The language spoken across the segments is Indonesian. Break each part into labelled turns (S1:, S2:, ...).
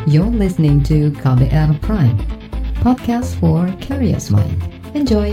S1: You're listening to KBR Prime, podcast for curious mind. Enjoy!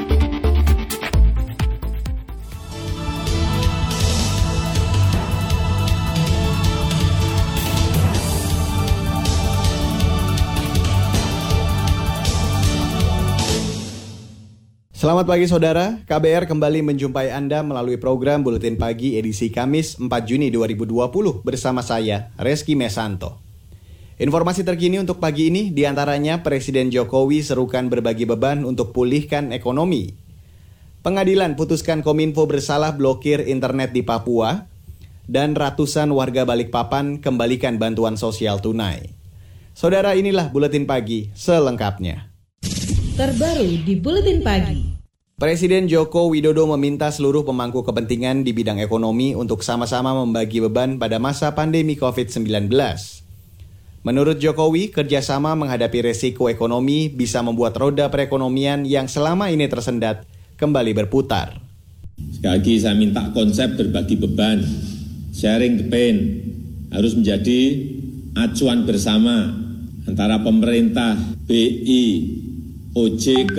S2: Selamat pagi saudara, KBR kembali menjumpai Anda melalui program Buletin Pagi edisi Kamis 4 Juni 2020 bersama saya, Reski Mesanto. Informasi terkini untuk pagi ini diantaranya Presiden Jokowi serukan berbagi beban untuk pulihkan ekonomi. Pengadilan putuskan Kominfo bersalah blokir internet di Papua. Dan ratusan warga Balikpapan kembalikan bantuan sosial tunai. Saudara, inilah Buletin Pagi selengkapnya.
S3: Terbaru di Buletin Pagi.
S2: Presiden Joko Widodo meminta seluruh pemangku kepentingan di bidang ekonomi untuk sama-sama membagi beban pada masa pandemi COVID-19. Menurut Jokowi, kerjasama menghadapi resiko ekonomi bisa membuat roda perekonomian yang selama ini tersendat kembali berputar.
S4: Sekali lagi saya minta konsep berbagi beban, sharing the pain, harus menjadi acuan bersama antara pemerintah, BI, OJK,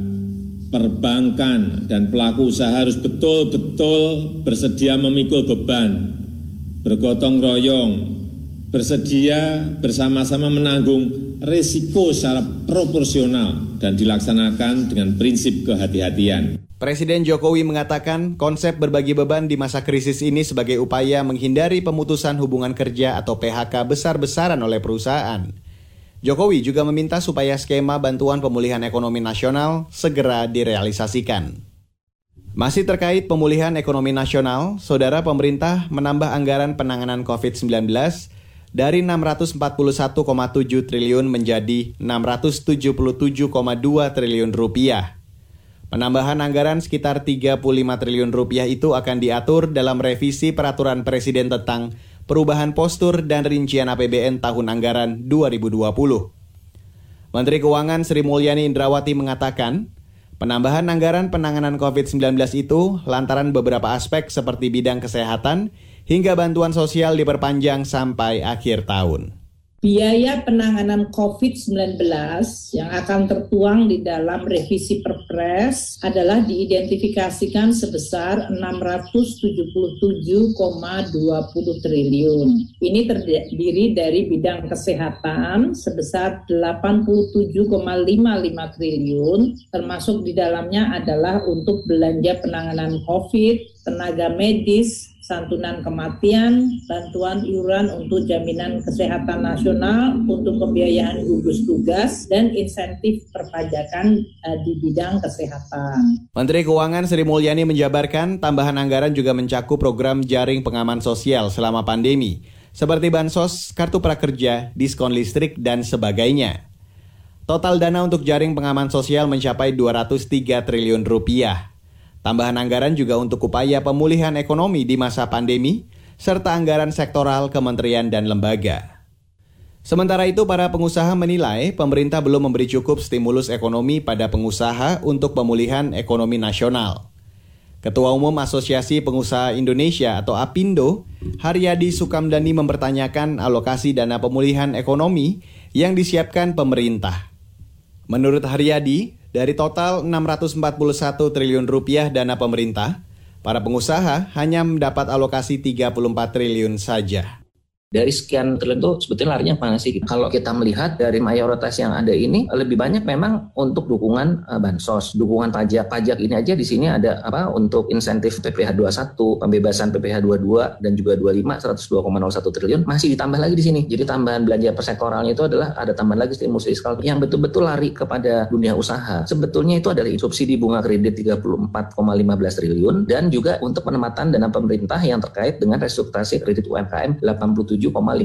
S4: perbankan, dan pelaku usaha harus betul-betul bersedia memikul beban, bergotong royong, bersedia bersama-sama menanggung risiko secara proporsional dan dilaksanakan dengan prinsip kehati-hatian.
S2: Presiden Jokowi mengatakan konsep berbagi beban di masa krisis ini sebagai upaya menghindari pemutusan hubungan kerja atau PHK besar-besaran oleh perusahaan. Jokowi juga meminta supaya skema bantuan pemulihan ekonomi nasional segera direalisasikan. Masih terkait pemulihan ekonomi nasional, saudara, pemerintah menambah anggaran penanganan COVID-19 dari 641,7 triliun menjadi 677,2 triliun rupiah. Penambahan anggaran sekitar 35 triliun rupiah itu akan diatur dalam revisi peraturan Presiden tentang perubahan postur dan rincian APBN tahun anggaran 2020. Menteri Keuangan Sri Mulyani Indrawati mengatakan, penambahan anggaran penanganan COVID-19 itu lantaran beberapa aspek seperti bidang kesehatan hingga bantuan sosial diperpanjang sampai akhir tahun.
S3: Biaya penanganan COVID-19 yang akan tertuang di dalam revisi Perpres adalah diidentifikasikan sebesar 677,20 triliun. Ini terdiri dari bidang kesehatan sebesar 87,55 triliun, termasuk di dalamnya adalah untuk belanja penanganan COVID, tenaga medis, santunan kematian, bantuan iuran untuk jaminan kesehatan nasional, untuk pembiayaan gugus tugas, dan insentif perpajakan di bidang kesehatan.
S2: Menteri Keuangan Sri Mulyani menjabarkan tambahan anggaran juga mencakup program jaring pengaman sosial selama pandemi, seperti bansos, kartu prakerja, diskon listrik, dan sebagainya. Total dana untuk jaring pengaman sosial mencapai 203 triliun rupiah. Tambahan anggaran juga untuk upaya pemulihan ekonomi di masa pandemi, serta anggaran sektoral kementerian dan lembaga. Sementara itu, para pengusaha menilai pemerintah belum memberi cukup stimulus ekonomi pada pengusaha untuk pemulihan ekonomi nasional. Ketua Umum Asosiasi Pengusaha Indonesia atau APindo, Haryadi Sukamdani mempertanyakan alokasi dana pemulihan ekonomi yang disiapkan pemerintah. Menurut Haryadi, dari total 641 triliun rupiah dana pemerintah, para pengusaha hanya mendapat alokasi 34 triliun saja.
S5: Dari sekian triliun itu sebetulnya larinya mana sih? Kalau kita melihat dari mayoritas yang ada ini lebih banyak memang untuk dukungan bansos, dukungan pajak ini aja di sini ada untuk insentif PPh 21, pembebasan PPh 22 dan juga 25 102,01 triliun masih ditambah lagi di sini. Jadi tambahan belanja persektoralnya itu adalah ada tambahan lagi stimulus fiskal yang betul-betul lari kepada dunia usaha. Sebetulnya itu adalah subsidi bunga kredit 34,15 triliun dan juga untuk penempatan dana pemerintah yang terkait dengan restrukturisasi kredit UMKM 87,59.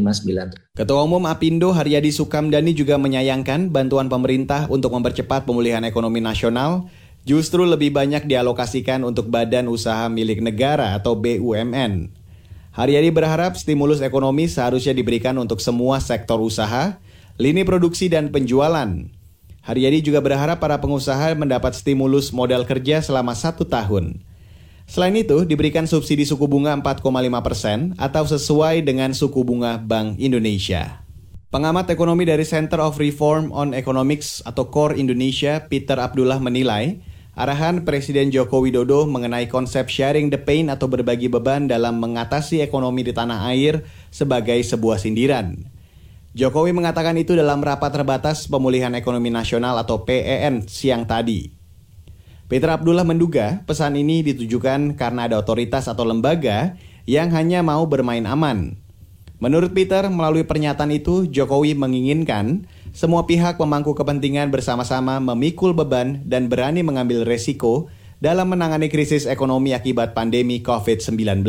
S2: Ketua Umum APindo Haryadi Sukamdani juga menyayangkan bantuan pemerintah untuk mempercepat pemulihan ekonomi nasional justru lebih banyak dialokasikan untuk badan usaha milik negara atau BUMN. Haryadi berharap stimulus ekonomi seharusnya diberikan untuk semua sektor usaha, lini produksi dan penjualan. Haryadi juga berharap para pengusaha mendapat stimulus modal kerja selama 1 tahun. Selain itu, diberikan subsidi suku bunga 4,5% atau sesuai dengan suku bunga Bank Indonesia. Pengamat ekonomi dari Center of Reform on Economics atau CORE Indonesia, Peter Abdullah menilai, arahan Presiden Joko Widodo mengenai konsep sharing the pain atau berbagi beban dalam mengatasi ekonomi di tanah air sebagai sebuah sindiran. Jokowi mengatakan itu dalam rapat terbatas pemulihan ekonomi nasional atau PEN siang tadi. Peter Abdullah menduga pesan ini ditujukan karena ada otoritas atau lembaga yang hanya mau bermain aman. Menurut Peter, melalui pernyataan itu, Jokowi menginginkan semua pihak pemangku kepentingan bersama-sama memikul beban dan berani mengambil resiko dalam menangani krisis ekonomi akibat pandemi COVID-19.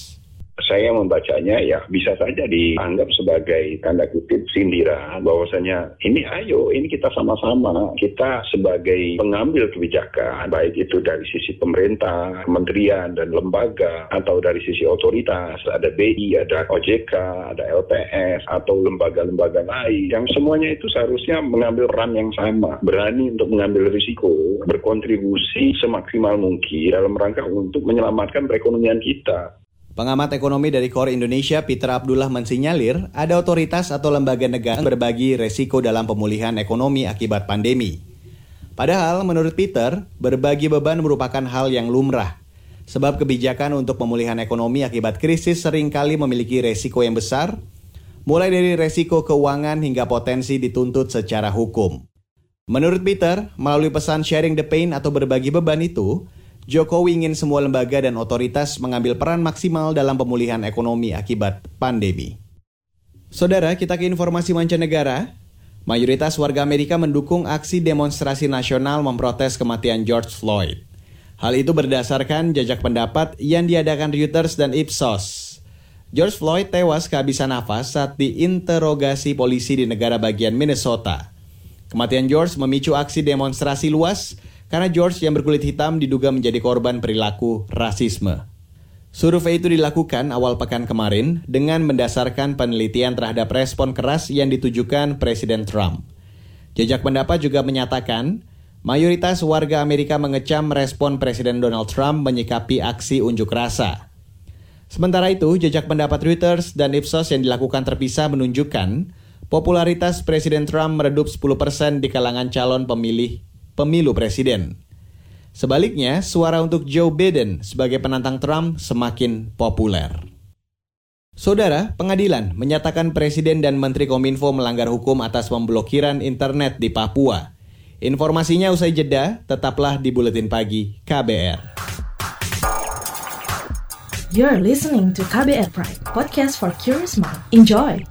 S6: Saya membacanya ya bisa saja dianggap sebagai tanda kutip sindiran bahwasanya ini kita sama-sama, kita sebagai pengambil kebijakan baik itu dari sisi pemerintah, kementerian dan lembaga atau dari sisi otoritas, ada BI, ada OJK, ada LPS atau lembaga-lembaga lain yang semuanya itu seharusnya mengambil peran yang sama, berani untuk mengambil risiko, berkontribusi semaksimal mungkin dalam rangka untuk menyelamatkan perekonomian kita.
S2: Pengamat ekonomi dari CORE Indonesia, Peter Abdullah mensinyalir ada otoritas atau lembaga negara berbagi resiko dalam pemulihan ekonomi akibat pandemi. Padahal menurut Peter, berbagi beban merupakan hal yang lumrah. Sebab kebijakan untuk pemulihan ekonomi akibat krisis seringkali memiliki resiko yang besar, mulai dari resiko keuangan hingga potensi dituntut secara hukum. Menurut Peter, melalui pesan sharing the pain atau berbagi beban itu, Jokowi ingin semua lembaga dan otoritas mengambil peran maksimal dalam pemulihan ekonomi akibat pandemi. Saudara, kita ke informasi mancanegara. Mayoritas warga Amerika mendukung aksi demonstrasi nasional memprotes kematian George Floyd. Hal itu berdasarkan jajak pendapat yang diadakan Reuters dan Ipsos. George Floyd tewas kehabisan nafas saat diinterogasi polisi di negara bagian Minnesota. Kematian George memicu aksi demonstrasi luas karena George yang berkulit hitam diduga menjadi korban perilaku rasisme. Survei itu dilakukan awal pekan kemarin dengan mendasarkan penelitian terhadap respon keras yang ditujukan Presiden Trump. Jajak pendapat juga menyatakan, mayoritas warga Amerika mengecam respon Presiden Donald Trump menyikapi aksi unjuk rasa. Sementara itu, jajak pendapat Reuters dan Ipsos yang dilakukan terpisah menunjukkan popularitas Presiden Trump meredup 10% di kalangan calon pemilu presiden. Sebaliknya, suara untuk Joe Biden sebagai penantang Trump semakin populer. Saudara, pengadilan menyatakan Presiden dan Menteri Kominfo melanggar hukum atas pemblokiran internet di Papua. Informasinya usai jeda, tetaplah di Buletin Pagi KBR.
S7: You're listening to KBR Pride, podcast for curious mind. Enjoy!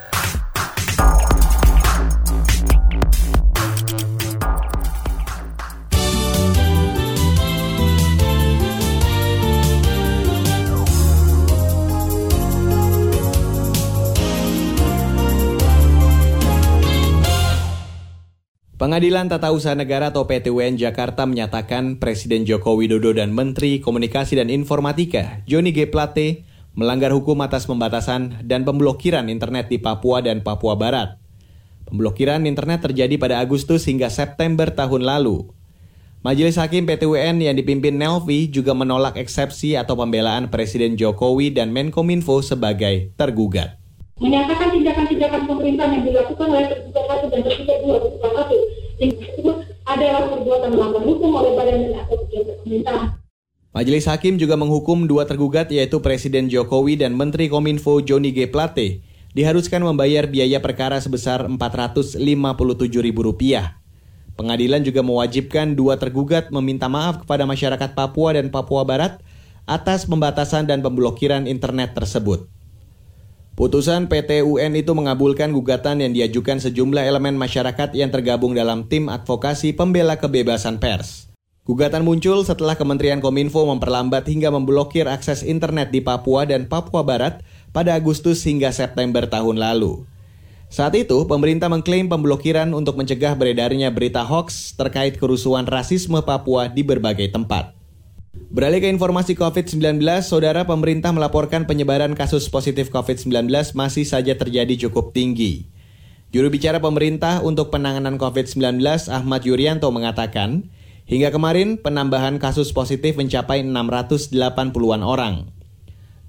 S2: Pengadilan Tata Usaha Negara atau PT-UN Jakarta menyatakan Presiden Joko Widodo dan Menteri Komunikasi dan Informatika Johnny G. Plate melanggar hukum atas pembatasan dan pemblokiran internet di Papua dan Papua Barat. Pemblokiran internet terjadi pada Agustus hingga September tahun lalu. Majelis Hakim PT-UN yang dipimpin Nelvi juga menolak eksepsi atau pembelaan Presiden Jokowi dan Menkominfo sebagai tergugat.
S8: Menyatakan tindakan-tindakan pemerintah yang dilakukan oleh tergugat 1 dan tergugat 2 tersebut adalah perbuatan melanggar hukum oleh badan atau pejabat pemerintah.
S2: Majelis Hakim juga menghukum 2 tergugat yaitu Presiden Jokowi dan Menteri Kominfo Johnny G. Plate diharuskan membayar biaya perkara sebesar Rp457.000. Pengadilan juga mewajibkan 2 tergugat meminta maaf kepada masyarakat Papua dan Papua Barat atas pembatasan dan pemblokiran internet tersebut. Putusan PT-UN itu mengabulkan gugatan yang diajukan sejumlah elemen masyarakat yang tergabung dalam tim advokasi pembela kebebasan pers. Gugatan muncul setelah Kementerian Kominfo memperlambat hingga memblokir akses internet di Papua dan Papua Barat pada Agustus hingga September tahun lalu. Saat itu, pemerintah mengklaim pemblokiran untuk mencegah beredarnya berita hoaks terkait kerusuhan rasisme Papua di berbagai tempat. Beralih ke informasi COVID-19, saudara, pemerintah melaporkan penyebaran kasus positif COVID-19 masih saja terjadi cukup tinggi. Juru bicara pemerintah untuk penanganan COVID-19, Ahmad Yuryanto, mengatakan, hingga kemarin penambahan kasus positif mencapai 680-an orang.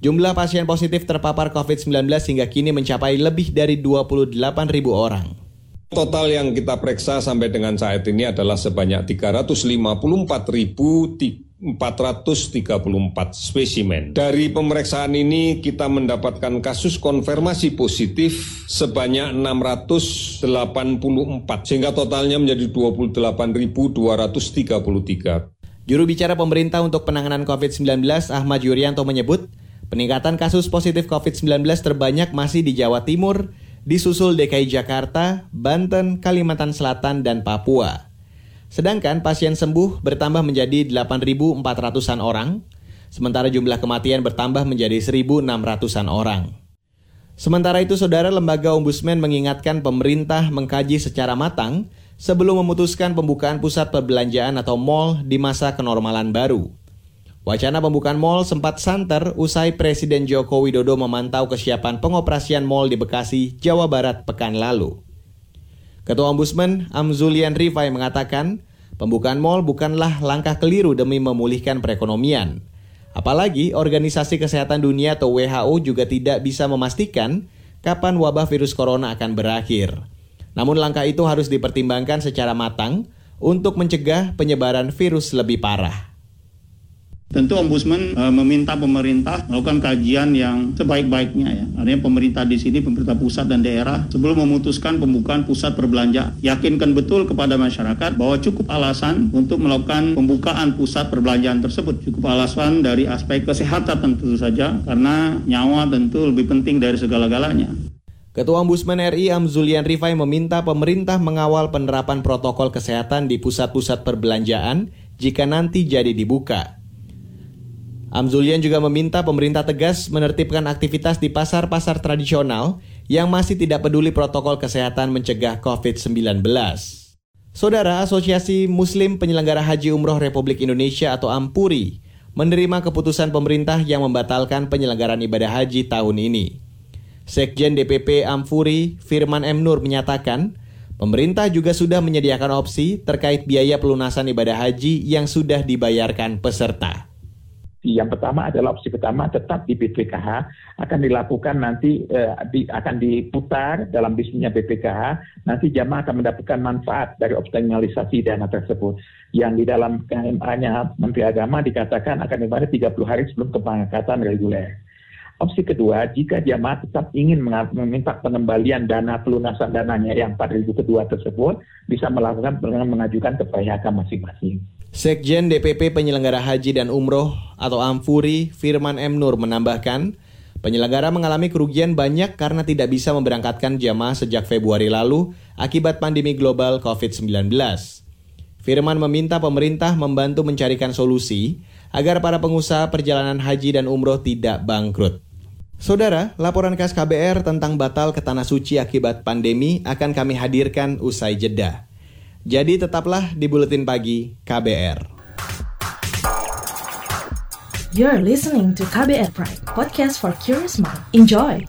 S2: Jumlah pasien positif terpapar COVID-19 hingga kini mencapai lebih dari 28.000 orang.
S9: Total yang kita periksa sampai dengan saat ini adalah sebanyak 354.434 spesimen. Dari pemeriksaan ini kita mendapatkan kasus konfirmasi positif sebanyak 684, sehingga totalnya menjadi 28.233.
S2: Juru bicara pemerintah untuk penanganan COVID-19 Ahmad Yuryanto menyebut, peningkatan kasus positif COVID-19 terbanyak masih di Jawa Timur, disusul DKI Jakarta, Banten, Kalimantan Selatan, dan Papua. Sedangkan pasien sembuh bertambah menjadi 8.400-an orang, sementara jumlah kematian bertambah menjadi 1.600-an orang. Sementara itu, Saudara, Lembaga Ombudsman mengingatkan pemerintah mengkaji secara matang sebelum memutuskan pembukaan pusat perbelanjaan atau mal di masa kenormalan baru. Wacana pembukaan mal sempat santer usai Presiden Joko Widodo memantau kesiapan pengoperasian mal di Bekasi, Jawa Barat pekan lalu. Ketua Ombudsman Amzulian Rifai mengatakan, pembukaan mal bukanlah langkah keliru demi memulihkan perekonomian. Apalagi Organisasi Kesehatan Dunia atau WHO juga tidak bisa memastikan kapan wabah virus corona akan berakhir. Namun langkah itu harus dipertimbangkan secara matang untuk mencegah penyebaran virus lebih parah.
S10: Tentu Ombudsman meminta pemerintah melakukan kajian yang sebaik-baiknya ya. Artinya pemerintah di sini, pemerintah pusat dan daerah, sebelum memutuskan pembukaan pusat perbelanjaan, yakinkan betul kepada masyarakat bahwa cukup alasan untuk melakukan pembukaan pusat perbelanjaan tersebut. Cukup alasan dari aspek kesehatan tentu saja, karena nyawa tentu lebih penting dari segala-galanya.
S2: Ketua Ombudsman RI Amzulian Rifai meminta pemerintah mengawal penerapan protokol kesehatan di pusat-pusat perbelanjaan jika nanti jadi dibuka. Amzulian juga meminta pemerintah tegas menertibkan aktivitas di pasar-pasar tradisional yang masih tidak peduli protokol kesehatan mencegah COVID-19. Saudara, Asosiasi Muslim Penyelenggara Haji Umroh Republik Indonesia atau AMPURI menerima keputusan pemerintah yang membatalkan penyelenggaraan ibadah haji tahun ini. Sekjen DPP AMPURI Firman M. Nur menyatakan, pemerintah juga sudah menyediakan opsi terkait biaya pelunasan ibadah haji yang sudah dibayarkan peserta.
S11: Yang pertama adalah opsi pertama tetap di BPKH, akan dilakukan nanti akan diputar dalam bisnisnya BPKH, nanti jamaah akan mendapatkan manfaat dari optimalisasi dana tersebut. Yang di dalam KMA-nya Menteri Agama dikatakan akan dibayar 30 hari sebelum keberangkatan reguler. Opsi kedua, jika jamaah tetap ingin meminta pengembalian dana pelunasan dananya yang 4.000 kedua tersebut, bisa melakukan dengan mengajukan ke PHK masing-masing.
S2: Sekjen DPP Penyelenggara Haji dan Umroh atau AMPURI Firman M. Nur menambahkan, penyelenggara mengalami kerugian banyak karena tidak bisa memberangkatkan jamaah sejak Februari lalu akibat pandemi global COVID-19. Firman meminta pemerintah membantu mencarikan solusi agar para pengusaha perjalanan haji dan umroh tidak bangkrut. Saudara, laporan khas KBR tentang batal ke Tanah Suci akibat pandemi akan kami hadirkan usai jeda. Jadi tetaplah di Buletin Pagi KBR.
S7: You're listening to KBR Pride, podcast for curious mind. Enjoy!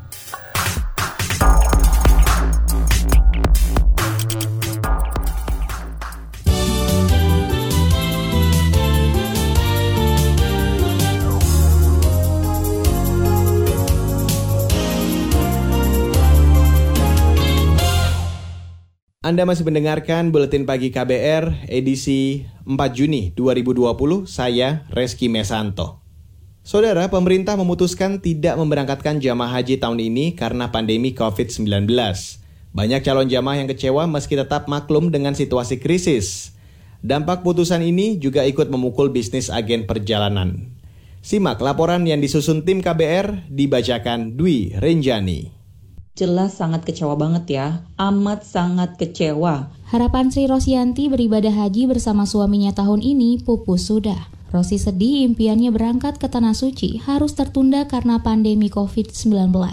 S2: Anda masih mendengarkan Buletin Pagi KBR edisi 4 Juni 2020, saya Reski Mesanto. Saudara, pemerintah memutuskan tidak memberangkatkan jamaah haji tahun ini karena pandemi COVID-19. Banyak calon jamaah yang kecewa meski tetap maklum dengan situasi krisis. Dampak putusan ini juga ikut memukul bisnis agen perjalanan. Simak laporan yang disusun tim KBR, dibacakan Dwi Renjani.
S12: Jelas sangat kecewa banget ya, amat sangat kecewa.
S13: Harapan Sri Rosianti beribadah haji bersama suaminya tahun ini pupus sudah. Rosi sedih impiannya berangkat ke Tanah Suci harus tertunda karena pandemi COVID-19.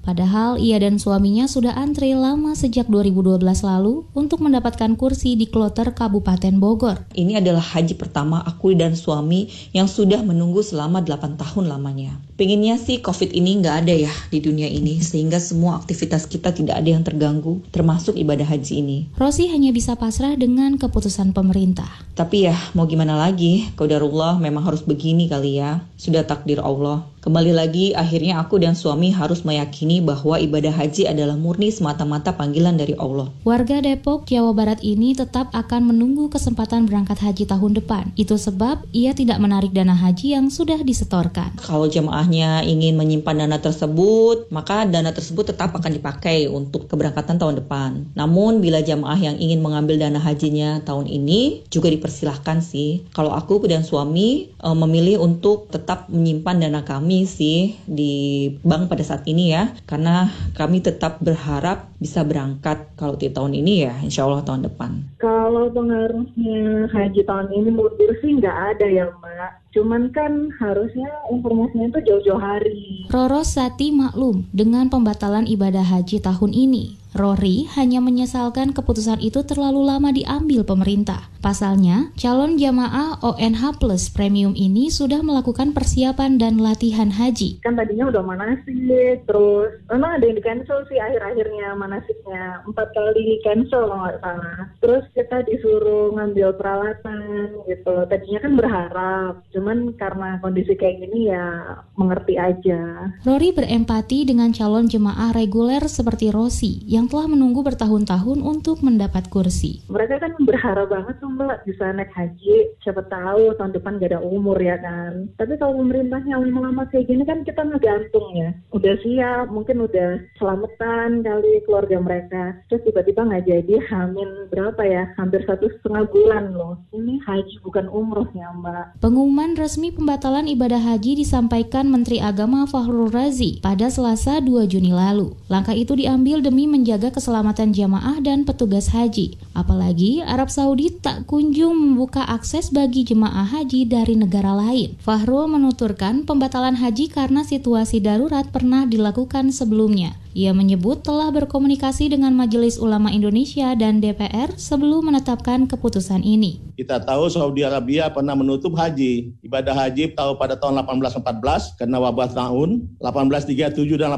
S13: Padahal ia dan suaminya sudah antri lama sejak 2012 lalu untuk mendapatkan kursi di kloter Kabupaten Bogor.
S12: Ini adalah haji pertama aku dan suami yang sudah menunggu selama 8 tahun lamanya. Pengennya sih COVID ini nggak ada ya di dunia ini, sehingga semua aktivitas kita tidak ada yang terganggu, termasuk ibadah haji ini.
S13: Rosi hanya bisa pasrah dengan keputusan pemerintah.
S12: Tapi ya mau gimana lagi, qadarullah memang harus begini kali ya, sudah takdir Allah. Kembali lagi, akhirnya aku dan suami harus meyakini bahwa ibadah haji adalah murni semata-mata panggilan dari Allah.
S13: Warga Depok, Jawa Barat ini tetap akan menunggu kesempatan berangkat haji tahun depan. Itu sebab ia tidak menarik dana haji yang sudah disetorkan.
S12: Kalau jemaahnya ingin menyimpan dana tersebut, maka dana tersebut tetap akan dipakai untuk keberangkatan tahun depan. Namun bila jemaah yang ingin mengambil dana hajinya tahun ini, juga dipersilahkan sih. Kalau aku dan suami memilih untuk tetap menyimpan dana kami sih di bank pada saat ini ya, karena kami tetap berharap bisa berangkat kalau di tahun ini ya, insya Allah tahun depan.
S8: Kalau pengaruhnya haji tahun ini mundur sih nggak ada ya Mbak, cuman kan harusnya informasinya itu jauh-jauh hari.
S13: Roros Sati maklum dengan pembatalan ibadah haji tahun ini. Rory hanya menyesalkan keputusan itu terlalu lama diambil pemerintah. Pasalnya, calon jamaah ONH Plus Premium ini sudah melakukan persiapan dan latihan haji.
S8: Kan tadinya udah manasik, terus memang ada yang di-cancel sih akhir-akhirnya manasiknya. 4 kali cancel kalau nggak salah. Terus kita disuruh ngambil peralatan gitu. Tadinya kan berharap, cuman karena kondisi kayak gini ya mengerti aja.
S13: Rory berempati dengan calon jemaah reguler seperti Rosi yang telah menunggu bertahun-tahun untuk mendapat kursi.
S8: Mereka kan berharap banget tuh Mbak bisa naik haji, siapa tahu tahun depan gak ada umur ya kan. Tapi kalau pemerintahnya lama-lama kayak gini kan kita ngegantung ya. Udah siap, mungkin udah selamatan kali keluarga mereka. Terus tiba-tiba gak jadi, hamin berapa ya, hampir 1,5 bulan loh. Ini haji bukan umroh ya Mbak.
S13: Pengumuman resmi pembatalan ibadah haji disampaikan Menteri Agama Fakhrul Razi pada Selasa 2 Juni lalu. Langkah itu diambil demi menjaga keselamatan jamaah dan petugas haji. Apalagi Arab Saudi tak kunjung membuka akses bagi jemaah haji dari negara lain. Fakhrul menuturkan pembatalan haji karena situasi darurat pernah dilakukan sebelumnya. Ia menyebut telah berkomunikasi dengan Majelis Ulama Indonesia dan DPR sebelum menetapkan keputusan ini.
S10: Kita tahu Saudi Arabia pernah menutup haji. Ibadah haji pada tahun 1814 karena wabah tahun, 1837 dan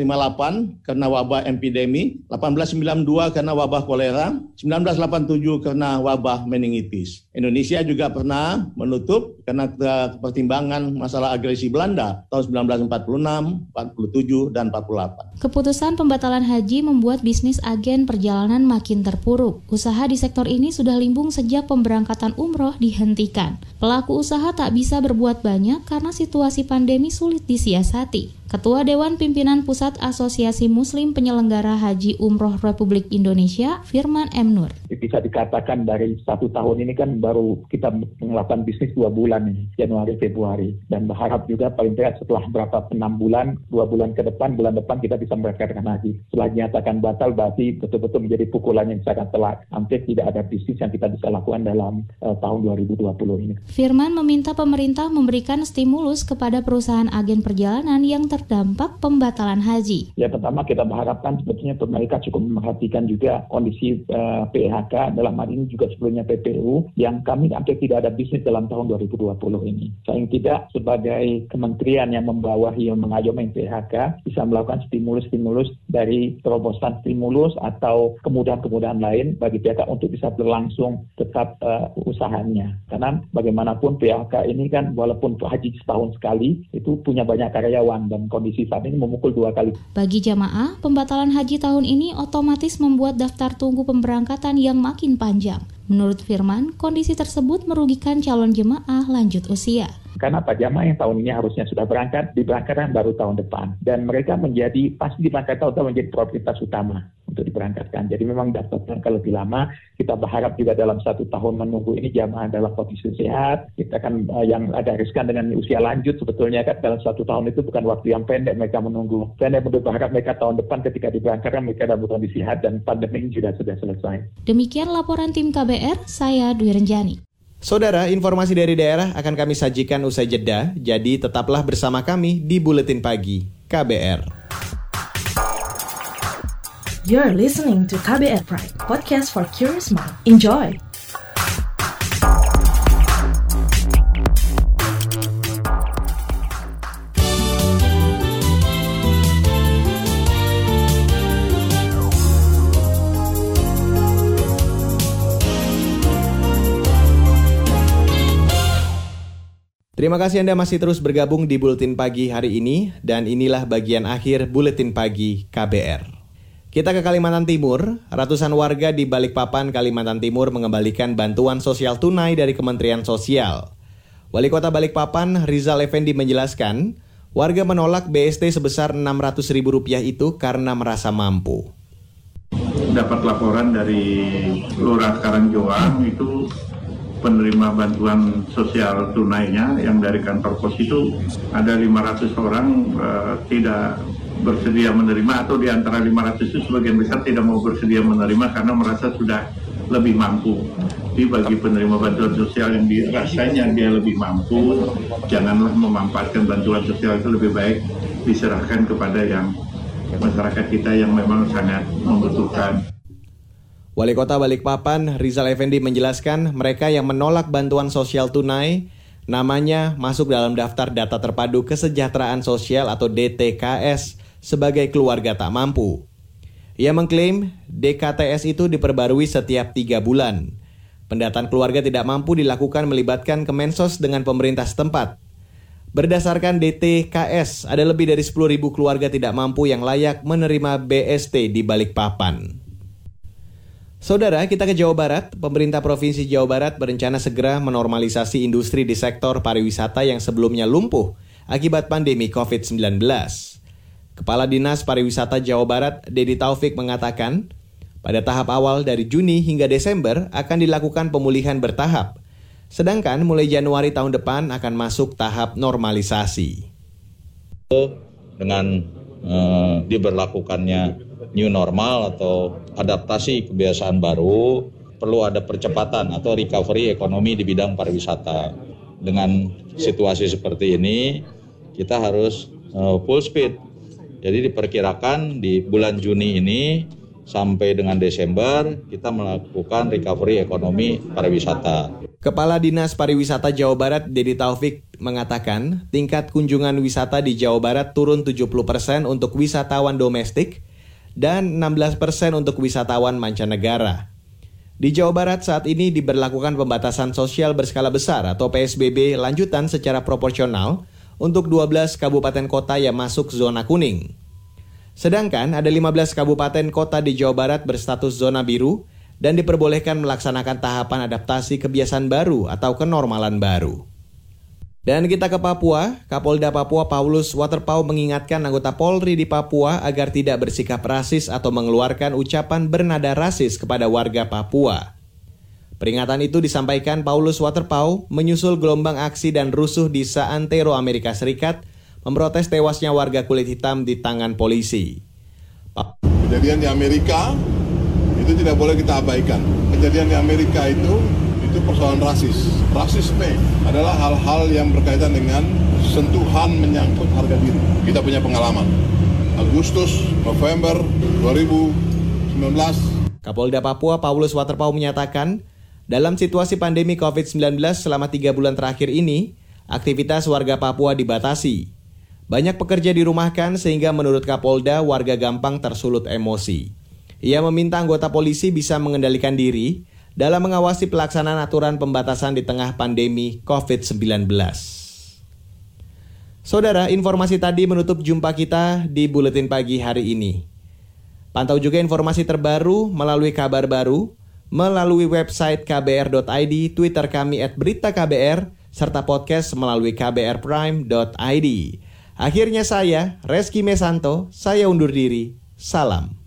S10: 1858 karena wabah epidemi, 1892 karena wabah kolera, 1987 karena wabah meningitis. Indonesia juga pernah menutup karena pertimbangan masalah agresi Belanda tahun 1946, 47 dan 48.
S13: Keputusan pembatalan haji membuat bisnis agen perjalanan makin terpuruk. Usaha di sektor ini sudah limbung sejak pemberangkatan umroh dihentikan. Pelaku usaha tak bisa berbuat banyak karena situasi pandemi sulit disiasati. Ketua Dewan Pimpinan Pusat Asosiasi Muslim Penyelenggara Haji Umroh Republik Indonesia, Firman M. Nur.
S11: Bisa dikatakan dari 1 tahun ini kan baru kita melakukan bisnis 2 bulan nih, Januari, Februari. Dan berharap juga paling tidak setelah 6 bulan, 2 bulan ke depan, bulan depan kita bisa memberangkatkan haji. Setelah dinyatakan batal berarti betul-betul menjadi pukulan yang sangat telak. Hampir tidak ada bisnis yang kita bisa lakukan dalam tahun 2020 ini.
S13: Firman meminta pemerintah memberikan stimulus kepada perusahaan agen perjalanan yang terdampak pembatalan haji.
S11: Ya pertama kita berharapkan sebetulnya pemerintah cukup memperhatikan juga kondisi PHK dalam hal ini juga sebelumnya PPU yang kami hampir tidak ada bisnis dalam tahun 2020 ini. Paling tidak sebagai kementerian yang membawahi yang mengayomi PHK bisa melakukan stimulus dari terobosan stimulus atau kemudahan-kemudahan lain bagi PHK untuk bisa berlangsung tetap usahanya. Karena bagaimanapun PHK ini kan walaupun haji setahun sekali itu punya banyak karyawan dan kondisi saat ini memukul 2 kali.
S13: Bagi jamaah, pembatalan haji tahun ini otomatis membuat daftar tunggu pemberangkatan yang makin panjang. Menurut Firman, kondisi tersebut merugikan calon jemaah lanjut usia.
S11: Karena Pak jamaah yang tahun ini harusnya sudah berangkat, diberangkatkan baru tahun depan. Dan mereka pasti diberangkatkan tahun depan menjadi prioritas utama untuk diberangkatkan. Jadi memang daftarnya kalau lebih lama, kita berharap juga dalam 1 tahun menunggu ini jamaah dalam kondisi sehat. Kita kan yang agak riskan dengan usia lanjut sebetulnya kan dalam 1 tahun itu bukan waktu yang pendek mereka menunggu. Dan yang berharap mereka tahun depan ketika diberangkatkan mereka dalam kondisi sehat dan pandemi ini sudah selesai.
S13: Demikian laporan tim KBR, saya Dwi Renjani.
S2: Saudara, informasi dari daerah akan kami sajikan usai jeda, jadi tetaplah bersama kami di Buletin Pagi KBR.
S7: You're listening to KBR Prime, podcast for curious mind. Enjoy!
S2: Terima kasih Anda masih terus bergabung di Buletin Pagi hari ini, dan inilah bagian akhir Buletin Pagi KBR. Kita ke Kalimantan Timur. Ratusan warga di Balikpapan, Kalimantan Timur mengembalikan bantuan sosial tunai dari Kementerian Sosial. Wali Kota Balikpapan, Rizal Effendi menjelaskan, warga menolak BST sebesar Rp600.000 itu karena merasa mampu.
S14: Dapat laporan dari Lurah Karangjoang itu penerima bantuan sosial tunainya yang dari kantor pos itu ada 500 orang tidak bersedia menerima, atau di antara 500 itu sebagian besar tidak mau bersedia menerima karena merasa sudah lebih mampu. Jadi bagi penerima bantuan sosial yang dirasanya dia lebih mampu, janganlah memanfaatkan bantuan sosial itu, lebih baik diserahkan kepada yang masyarakat kita yang memang sangat membutuhkan.
S2: Wali Kota Balikpapan, Rizal Effendi menjelaskan mereka yang menolak bantuan sosial tunai namanya masuk dalam daftar data terpadu kesejahteraan sosial atau DTKS sebagai keluarga tak mampu. Ia mengklaim DKTS itu diperbarui setiap 3 bulan. Pendataan keluarga tidak mampu dilakukan melibatkan Kemensos dengan pemerintah setempat. Berdasarkan DTKS, ada lebih dari 10.000 keluarga tidak mampu yang layak menerima BST di Balikpapan. Saudara, kita ke Jawa Barat. Pemerintah Provinsi Jawa Barat berencana segera menormalisasi industri di sektor pariwisata yang sebelumnya lumpuh akibat pandemi COVID-19. Kepala Dinas Pariwisata Jawa Barat, Dedi Taufik, mengatakan, pada tahap awal dari Juni hingga Desember akan dilakukan pemulihan bertahap. Sedangkan mulai Januari tahun depan akan masuk tahap normalisasi.
S15: Dengan diberlakukannya new normal atau adaptasi kebiasaan baru, perlu ada percepatan atau recovery ekonomi di bidang pariwisata. Dengan situasi seperti ini, kita harus full speed. Jadi diperkirakan di bulan Juni ini sampai dengan Desember kita melakukan recovery ekonomi pariwisata.
S2: Kepala Dinas Pariwisata Jawa Barat, Dedi Taufik, mengatakan tingkat kunjungan wisata di Jawa Barat turun 70% untuk wisatawan domestik dan 16% untuk wisatawan mancanegara. Di Jawa Barat saat ini diberlakukan pembatasan sosial berskala besar atau PSBB lanjutan secara proporsional untuk 12 kabupaten kota yang masuk zona kuning. Sedangkan ada 15 kabupaten kota di Jawa Barat berstatus zona biru dan diperbolehkan melaksanakan tahapan adaptasi kebiasaan baru atau kenormalan baru. Dan kita ke Papua. Kapolda Papua Paulus Waterpauw mengingatkan anggota Polri di Papua agar tidak bersikap rasis atau mengeluarkan ucapan bernada rasis kepada warga Papua. Peringatan itu disampaikan Paulus Waterpauw menyusul gelombang aksi dan rusuh di Saantero, Amerika Serikat, memprotes tewasnya warga kulit hitam di tangan polisi.
S16: Kejadian di Amerika itu tidak boleh kita abaikan. Kejadian di Amerika itu persoalan rasis. Rasisme adalah hal-hal yang berkaitan dengan sentuhan menyangkut harga diri. Kita punya pengalaman. Agustus, November 2019.
S2: Kapolda Papua Paulus Waterpauw menyatakan, dalam situasi pandemi COVID-19 selama 3 bulan terakhir ini, aktivitas warga Papua dibatasi. Banyak pekerja dirumahkan sehingga menurut Kapolda warga gampang tersulut emosi. Ia meminta anggota polisi bisa mengendalikan diri dalam mengawasi pelaksanaan aturan pembatasan di tengah pandemi COVID-19. Saudara, informasi tadi menutup jumpa kita di Buletin Pagi hari ini. Pantau juga informasi terbaru melalui kabar baru, melalui website kbr.id, Twitter kami @beritaKBR, serta podcast melalui kbrprime.id. Akhirnya saya, Reski Mesanto, saya undur diri. Salam.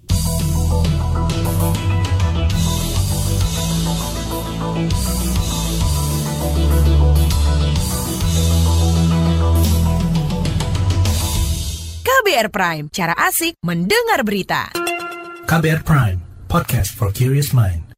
S17: KBR Prime, cara asik mendengar berita.
S18: KBR Prime, podcast for curious mind.